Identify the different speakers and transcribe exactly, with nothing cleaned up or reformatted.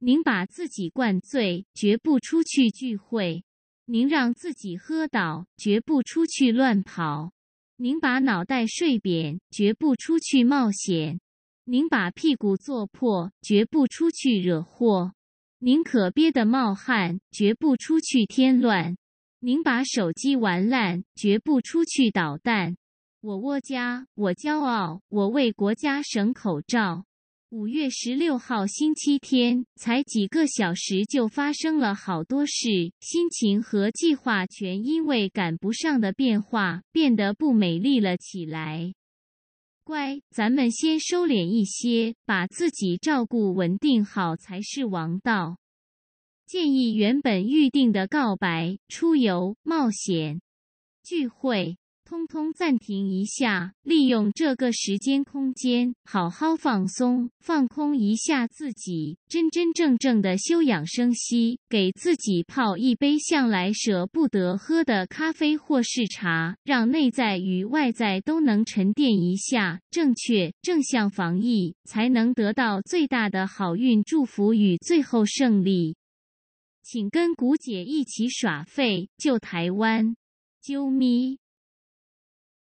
Speaker 1: 您把自己灌醉，绝不出去聚会；您让自己喝倒，绝不出去乱跑；您把脑袋睡扁，绝不出去冒险；您把屁股坐破，绝不出去惹祸；您可憋得冒汗，绝不出去添乱；您把手机玩烂，绝不出去捣蛋。我窝家，我骄傲，我为国家省口罩。五月十六号星期天，才几个小时就发生了好多事，心情和计划全因为赶不上的变化，变得不美丽了起来。乖，咱们先收敛一些，把自己照顾稳定好才是王道。建议原本预定的告白、出游、冒险、聚会，通通暂停一下，利用这个时间空间，好好放松，放空一下自己，真真正正的休养生息，给自己泡一杯向来舍不得喝的咖啡或是茶，让内在与外在都能沉淀一下，正确正向防疫，才能得到最大的好运祝福与最后胜利。请跟古姐一起耍废，救台湾，啾咪。